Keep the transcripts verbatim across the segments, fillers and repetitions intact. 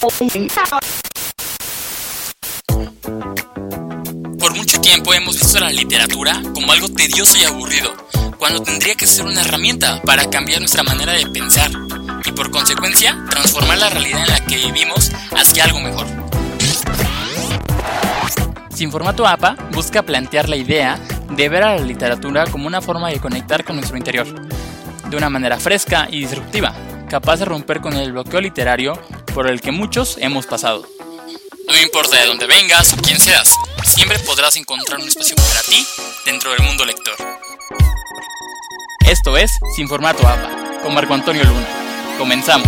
Por mucho tiempo hemos visto la literatura como algo tedioso y aburrido, cuando tendría que ser una herramienta para cambiar nuestra manera de pensar y por consecuencia transformar la realidad en la que vivimos hacia algo mejor. Sin Formato A P A busca plantear la idea de ver a la literatura como una forma de conectar con nuestro interior, de una manera fresca y disruptiva, capaz de romper con el bloqueo literario por el que muchos hemos pasado. No importa de dónde vengas o quién seas, siempre podrás encontrar un espacio para ti dentro del mundo lector. Esto es Sin Formato A P A, con Marco Antonio Luna. Comenzamos.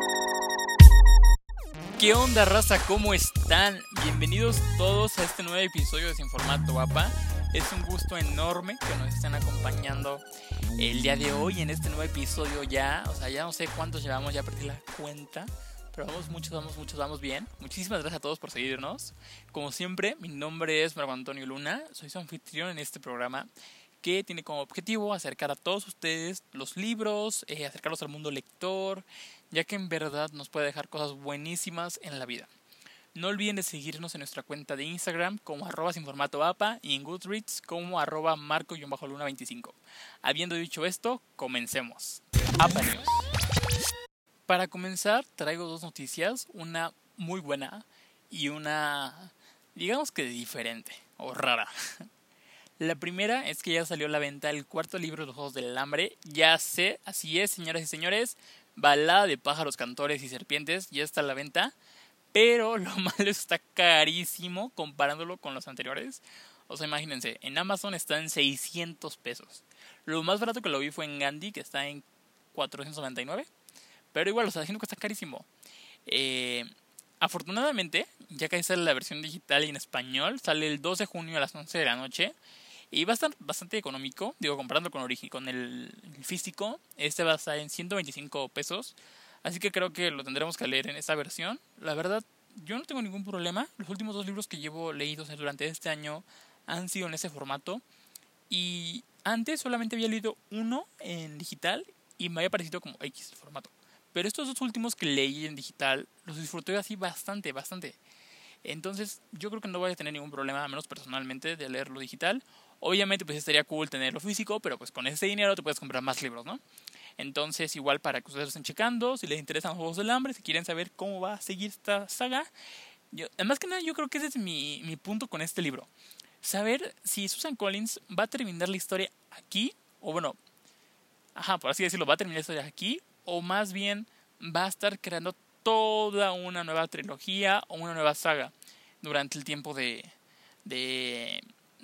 ¿Qué onda, raza? ¿Cómo están? Bienvenidos todos a este nuevo episodio de Sin Formato A P A. Es un gusto enorme que nos estén acompañando el día de hoy en este nuevo episodio ya. O sea, ya no sé cuántos llevamos, ya perdí la cuenta. Pero vamos muchos, vamos muchos, vamos bien. Muchísimas gracias a todos por seguirnos. Como siempre, mi nombre es Marco Antonio Luna. Soy su anfitrión en este programa que tiene como objetivo acercar a todos ustedes los libros, eh, acercarlos al mundo lector, ya que en verdad nos puede dejar cosas buenísimas en la vida. No olviden de seguirnos en nuestra cuenta de Instagram como arroba sin formato A P A y en Goodreads como arroba marco-luna veinticinco. Habiendo dicho esto, comencemos. A P A News. Para comenzar, traigo dos noticias, una muy buena y una, digamos que diferente o rara. La primera es que ya salió a la venta el cuarto libro de los Juegos del Hambre. Ya sé, así es, señoras y señores, Balada de pájaros, cantores y serpientes, ya está a la venta. Pero lo malo es que está carísimo comparándolo con los anteriores. O sea, imagínense, en Amazon está en seiscientos pesos. Lo más barato que lo vi fue en Gandhi, que está en cuatrocientos noventa y nueve. Pero igual, o sea, siento que está carísimo. Eh, afortunadamente, ya que ahí sale la versión digital y en español, sale el dos de junio a las once de la noche. Y va a estar bastante económico, digo, comparando con, origi- con el, el físico. Este va a estar en ciento veinticinco pesos. Así que creo que lo tendremos que leer en esta versión. La verdad, yo no tengo ningún problema. Los últimos dos libros que llevo leídos durante este año han sido en ese formato. Y antes solamente había leído uno en digital y me había parecido como X el formato. Pero estos dos últimos que leí en digital los disfruté así bastante, bastante. Entonces yo creo que no voy a tener ningún problema, al menos personalmente, de leerlo digital. Obviamente pues estaría cool tenerlo físico, pero pues con ese dinero te puedes comprar más libros, ¿no? Entonces igual para que ustedes lo estén checando, si les interesan los Juegos del Hambre, si quieren saber cómo va a seguir esta saga. Yo, además que nada, yo creo que ese es mi, mi punto con este libro. Saber si Susan Collins va a terminar la historia aquí, o bueno, ajá, por así decirlo, va a terminar la historia aquí, o más bien va a estar creando toda una nueva trilogía o una nueva saga durante el tiempo de de,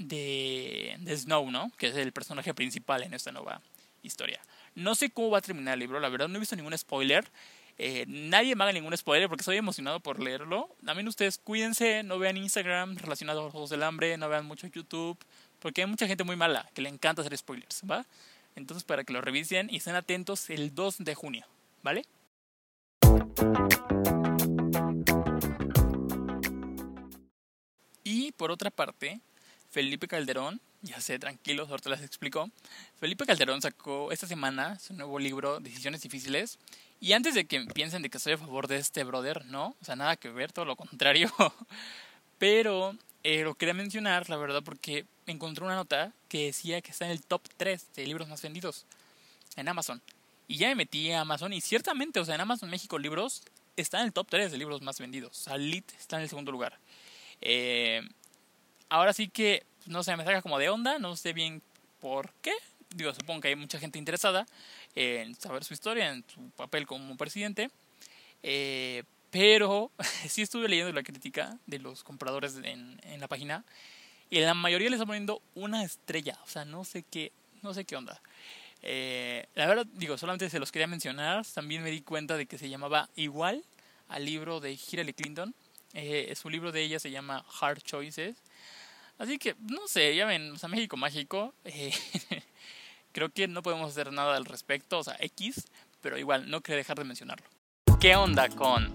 de de Snow, ¿no? Que es el personaje principal en esta nueva historia. No sé cómo va a terminar el libro, la verdad no he visto ningún spoiler. Eh, nadie me haga ningún spoiler porque estoy emocionado por leerlo. También ustedes cuídense, no vean Instagram relacionado a los Juegos del Hambre, no vean mucho YouTube, porque hay mucha gente muy mala que le encanta hacer spoilers, ¿va? Entonces para que lo revisen y estén atentos el dos de junio, ¿vale? Y por otra parte, Felipe Calderón, ya sé, tranquilos, ahorita les explico. Felipe Calderón sacó esta semana su nuevo libro, Decisiones Difíciles. Y antes de que piensen de que estoy a favor de este brother, no, o sea, nada que ver, todo lo contrario. Pero eh, lo quería mencionar, la verdad, porque encontré una nota que decía que está en el top tres de libros más vendidos en Amazon. Y ya me metí a Amazon y ciertamente, o sea, en Amazon México Libros está en el top tres de libros más vendidos. O sea, Lit está en el segundo lugar. Eh, ahora sí que, no sé, me saca como de onda, no sé bien por qué. Digo, supongo que hay mucha gente interesada en saber su historia, en su papel como presidente. Eh, pero sí estuve leyendo la crítica de los compradores en, en la página. Y la mayoría les está poniendo una estrella. O sea, no sé qué, no sé qué onda. Eh, la verdad, digo, solamente se los quería mencionar. También me di cuenta de que se llamaba igual al libro de Hillary Clinton. Eh, su libro de ella se llama Hard Choices. Así que, no sé, ya ven, o sea, México mágico. Eh, creo que no podemos hacer nada al respecto, o sea, X. Pero igual, no quería dejar de mencionarlo. ¿Qué onda con...?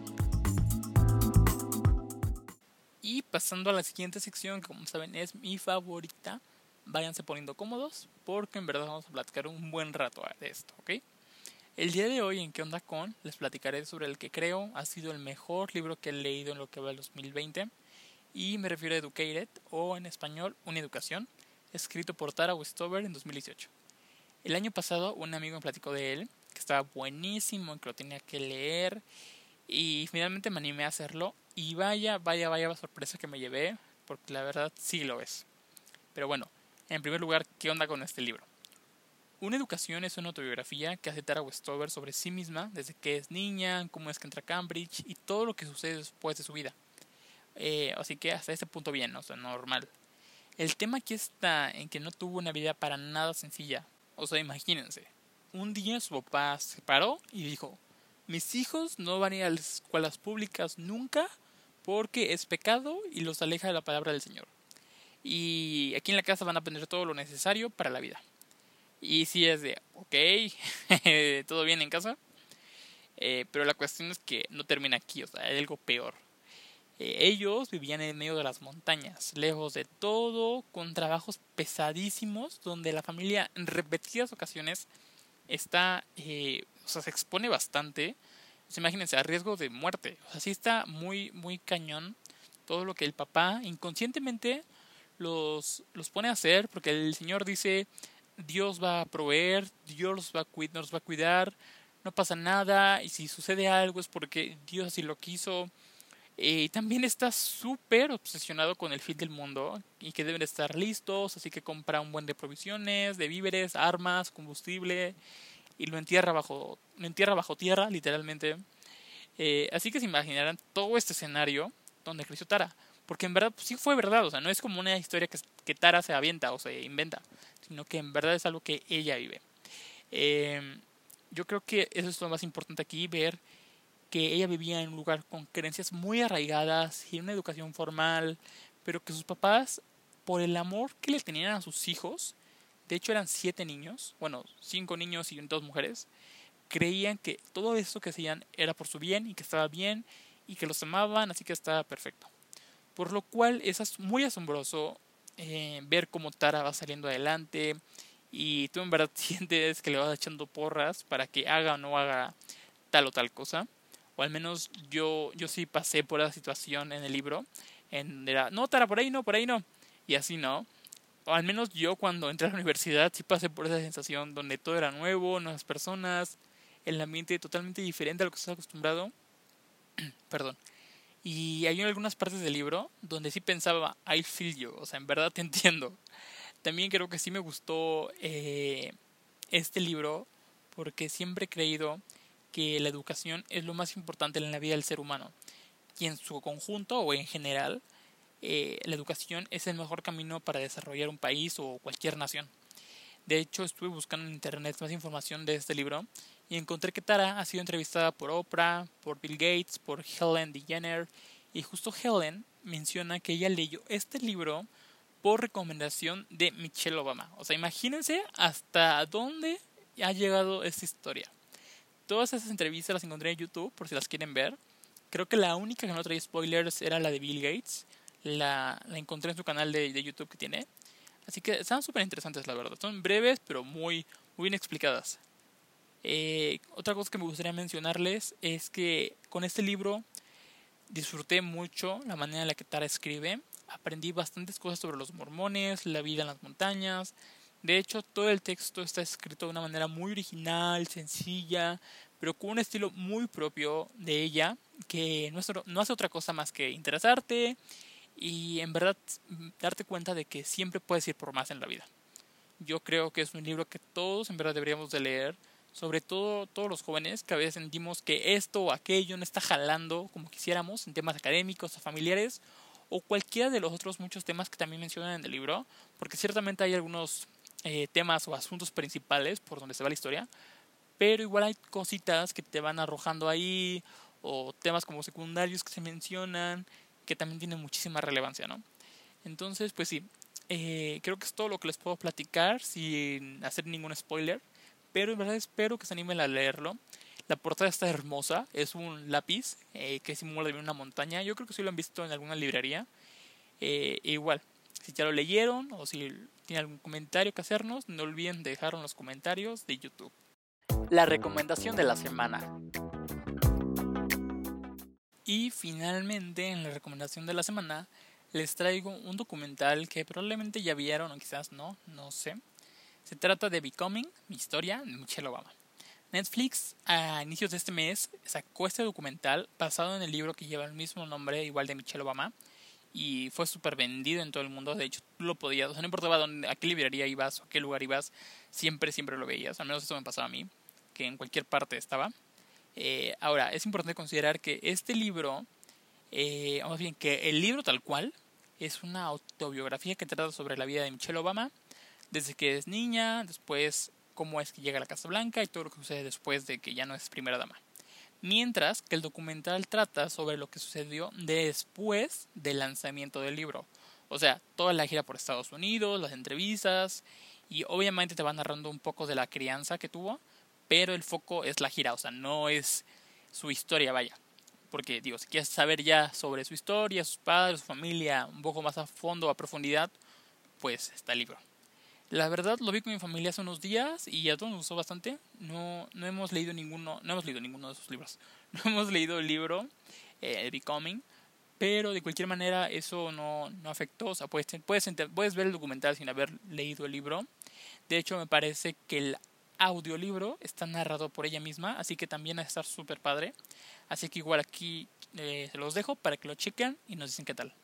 Y pasando a la siguiente sección, que como saben es mi favorita. Váyanse poniendo cómodos, porque en verdad vamos a platicar un buen rato de esto, ¿ok? El día de hoy en ¿Qué onda con? Les platicaré sobre el que creo ha sido el mejor libro que he leído en lo que va el dos mil veinte, y me refiero a Educated, o en español Una Educación, escrito por Tara Westover en dos mil dieciocho. El año pasado un amigo me platicó de él, que estaba buenísimo, que lo tenía que leer, y finalmente me animé a hacerlo, y vaya, vaya, vaya sorpresa que me llevé, porque la verdad sí lo es. Pero bueno, en primer lugar, ¿qué onda con este libro? Una Educación es una autobiografía que hace Tara Westover sobre sí misma, desde que es niña, cómo es que entra a Cambridge y todo lo que sucede después de su vida. Eh, así que hasta este punto bien, o sea, normal. El tema aquí está en que no tuvo una vida para nada sencilla. O sea, imagínense. Un día su papá se paró y dijo: mis hijos no van a ir a las escuelas públicas nunca porque es pecado y los aleja de la palabra del Señor. Y aquí en la casa van a aprender todo lo necesario para la vida. Y si es de, ok, todo bien en casa. Eh, pero la cuestión es que no termina aquí, o sea, hay algo peor. Eh, ellos vivían en medio de las montañas, lejos de todo, con trabajos pesadísimos, donde la familia en repetidas ocasiones está, eh, o sea, se expone bastante. Pues imagínense, a riesgo de muerte. O sea, sí está muy, muy cañón todo lo que el papá inconscientemente los, los pone a hacer, porque el Señor dice: Dios va a proveer, Dios los va a cuid- nos va a cuidar, no pasa nada, y si sucede algo es porque Dios así lo quiso. Eh, y también está súper obsesionado con el fin del mundo y que deben estar listos, así que compra un buen de provisiones, de víveres, armas, combustible, y lo entierra bajo, lo entierra bajo tierra, literalmente. Eh, así que se imaginarán todo este escenario donde creció Tara. Porque en verdad pues, sí fue verdad, o sea, no es como una historia que, que Tara se avienta o se inventa, sino que en verdad es algo que ella vive. Eh, yo creo que eso es lo más importante aquí, ver que ella vivía en un lugar con creencias muy arraigadas y una educación formal, pero que sus papás, por el amor que le tenían a sus hijos, de hecho eran siete niños, bueno, cinco niños y dos mujeres, creían que todo eso que hacían era por su bien y que estaba bien y que los amaban, así que estaba perfecto. Por lo cual es muy asombroso eh, ver cómo Tara va saliendo adelante y tú en verdad sientes que le vas echando porras para que haga o no haga tal o tal cosa. O al menos yo, yo sí pasé por esa situación en el libro. En era, no, Tara, por ahí no, por ahí no. Y así no. O al menos yo cuando entré a la universidad sí pasé por esa sensación donde todo era nuevo, nuevas personas, el ambiente totalmente diferente a lo que estás acostumbrado. Perdón. Y hay algunas partes del libro donde sí pensaba, I feel you, o sea, en verdad te entiendo. También creo que sí me gustó eh, este libro porque siempre he creído que la educación es lo más importante en la vida del ser humano. Y en su conjunto o en general, eh, la educación es el mejor camino para desarrollar un país o cualquier nación. De hecho, estuve buscando en internet más información de este libro y encontré que Tara ha sido entrevistada por Oprah, por Bill Gates, por Ellen DeGeneres, y justo Ellen menciona que ella leyó este libro por recomendación de Michelle Obama. O sea, imagínense hasta dónde ha llegado esta historia. Todas esas entrevistas las encontré en YouTube por si las quieren ver. Creo que la única que no traía spoilers era la de Bill Gates. La, la encontré en su canal de, de YouTube que tiene. Así que están súper interesantes, la verdad. Son breves, pero muy, muy bien explicadas. Eh, otra cosa que me gustaría mencionarles es que con este libro disfruté mucho la manera en la que Tara escribe. Aprendí bastantes cosas sobre los mormones, la vida en las montañas. De hecho, todo el texto está escrito de una manera muy original, sencilla, pero con un estilo muy propio de ella, que no, es, no hace otra cosa más que interesarte y en verdad darte cuenta de que siempre puedes ir por más en la vida. Yo creo que es un libro que todos en verdad deberíamos de leer, sobre todo todos los jóvenes que a veces sentimos que esto o aquello no está jalando como quisiéramos en temas académicos o familiares o cualquiera de los otros muchos temas que también mencionan en el libro, porque ciertamente hay algunos eh, temas o asuntos principales por donde se va la historia, pero igual hay cositas que te van arrojando ahí o temas como secundarios que se mencionan que también tienen muchísima relevancia, ¿no? Entonces, pues sí, eh, creo que es todo lo que les puedo platicar sin hacer ningún spoiler, pero en verdad espero que se animen a leerlo. La portada está hermosa, es un lápiz eh, que simula una montaña. Yo creo que sí lo han visto en alguna librería. Eh, e igual, si ya lo leyeron o si tienen algún comentario que hacernos, no olviden dejarlo en los comentarios de YouTube. la recomendación de la semana. Y finalmente, en la recomendación de la semana, les traigo un documental que probablemente ya vieron o quizás no, no sé. Se trata de Becoming, mi historia, de Michelle Obama. Netflix, a inicios de este mes, sacó este documental basado en el libro que lleva el mismo nombre, igual de Michelle Obama, y fue súper vendido en todo el mundo. De hecho, tú lo podías, o sea, no importaba dónde, a qué librería ibas o a qué lugar ibas, siempre, siempre lo veías. Al menos eso me pasaba a mí, que en cualquier parte estaba. Eh, ahora, es importante considerar que este libro, eh, más bien que el libro tal cual, es una autobiografía que trata sobre la vida de Michelle Obama, desde que es niña, después cómo es que llega a la Casa Blanca y todo lo que sucede después de que ya no es primera dama. Mientras que el documental trata sobre lo que sucedió después del lanzamiento del libro. O sea, toda la gira por Estados Unidos, las entrevistas, y obviamente te va narrando un poco de la crianza que tuvo, pero el foco es la gira, o sea, no es su historia, vaya. Porque, digo, si quieres saber ya sobre su historia, sus padres, su familia, un poco más a fondo, a profundidad, pues está el libro. La verdad lo vi con mi familia hace unos días y a todos nos gustó bastante. No, no hemos leído ninguno, no hemos leído ninguno de esos libros. No hemos leído el libro, eh, Becoming, pero de cualquier manera eso no, no afectó. O sea, puedes, puedes, puedes ver el documental sin haber leído el libro. De hecho, me parece que el audiolibro está narrado por ella misma, así que también va a estar súper padre. Así que igual aquí eh, se los dejo para que lo chequen y nos dicen qué tal.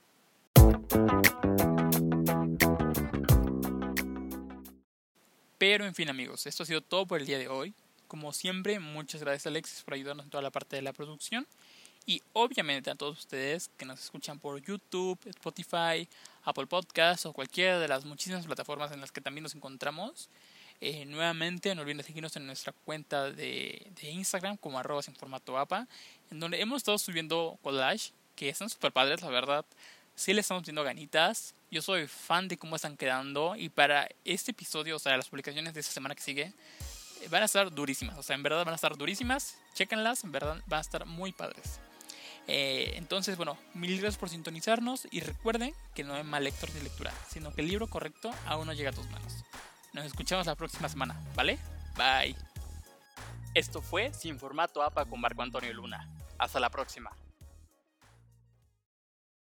Pero en fin, amigos, esto ha sido todo por el día de hoy. Como siempre, muchas gracias, Alexis, por ayudarnos en toda la parte de la producción. Y obviamente a todos ustedes que nos escuchan por YouTube, Spotify, Apple Podcasts o cualquiera de las muchísimas plataformas en las que también nos encontramos. Eh, nuevamente, no olviden seguirnos en nuestra cuenta de, de Instagram como arroba sin formato apa, en donde hemos estado subiendo collage que están súper padres, la verdad. Sí le estamos viendo ganitas. Yo soy fan de cómo están quedando. Y para este episodio, o sea, las publicaciones de esta semana que sigue, van a estar durísimas. O sea, en verdad van a estar durísimas. Chéquenlas, en verdad van a estar muy padres. Eh, entonces, bueno, mil gracias por sintonizarnos. Y recuerden que no hay mal lector ni lectura, sino que el libro correcto aún no llega a tus manos. Nos escuchamos la próxima semana, ¿vale? Bye. Esto fue Sin Formato apa con Marco Antonio Luna. Hasta la próxima.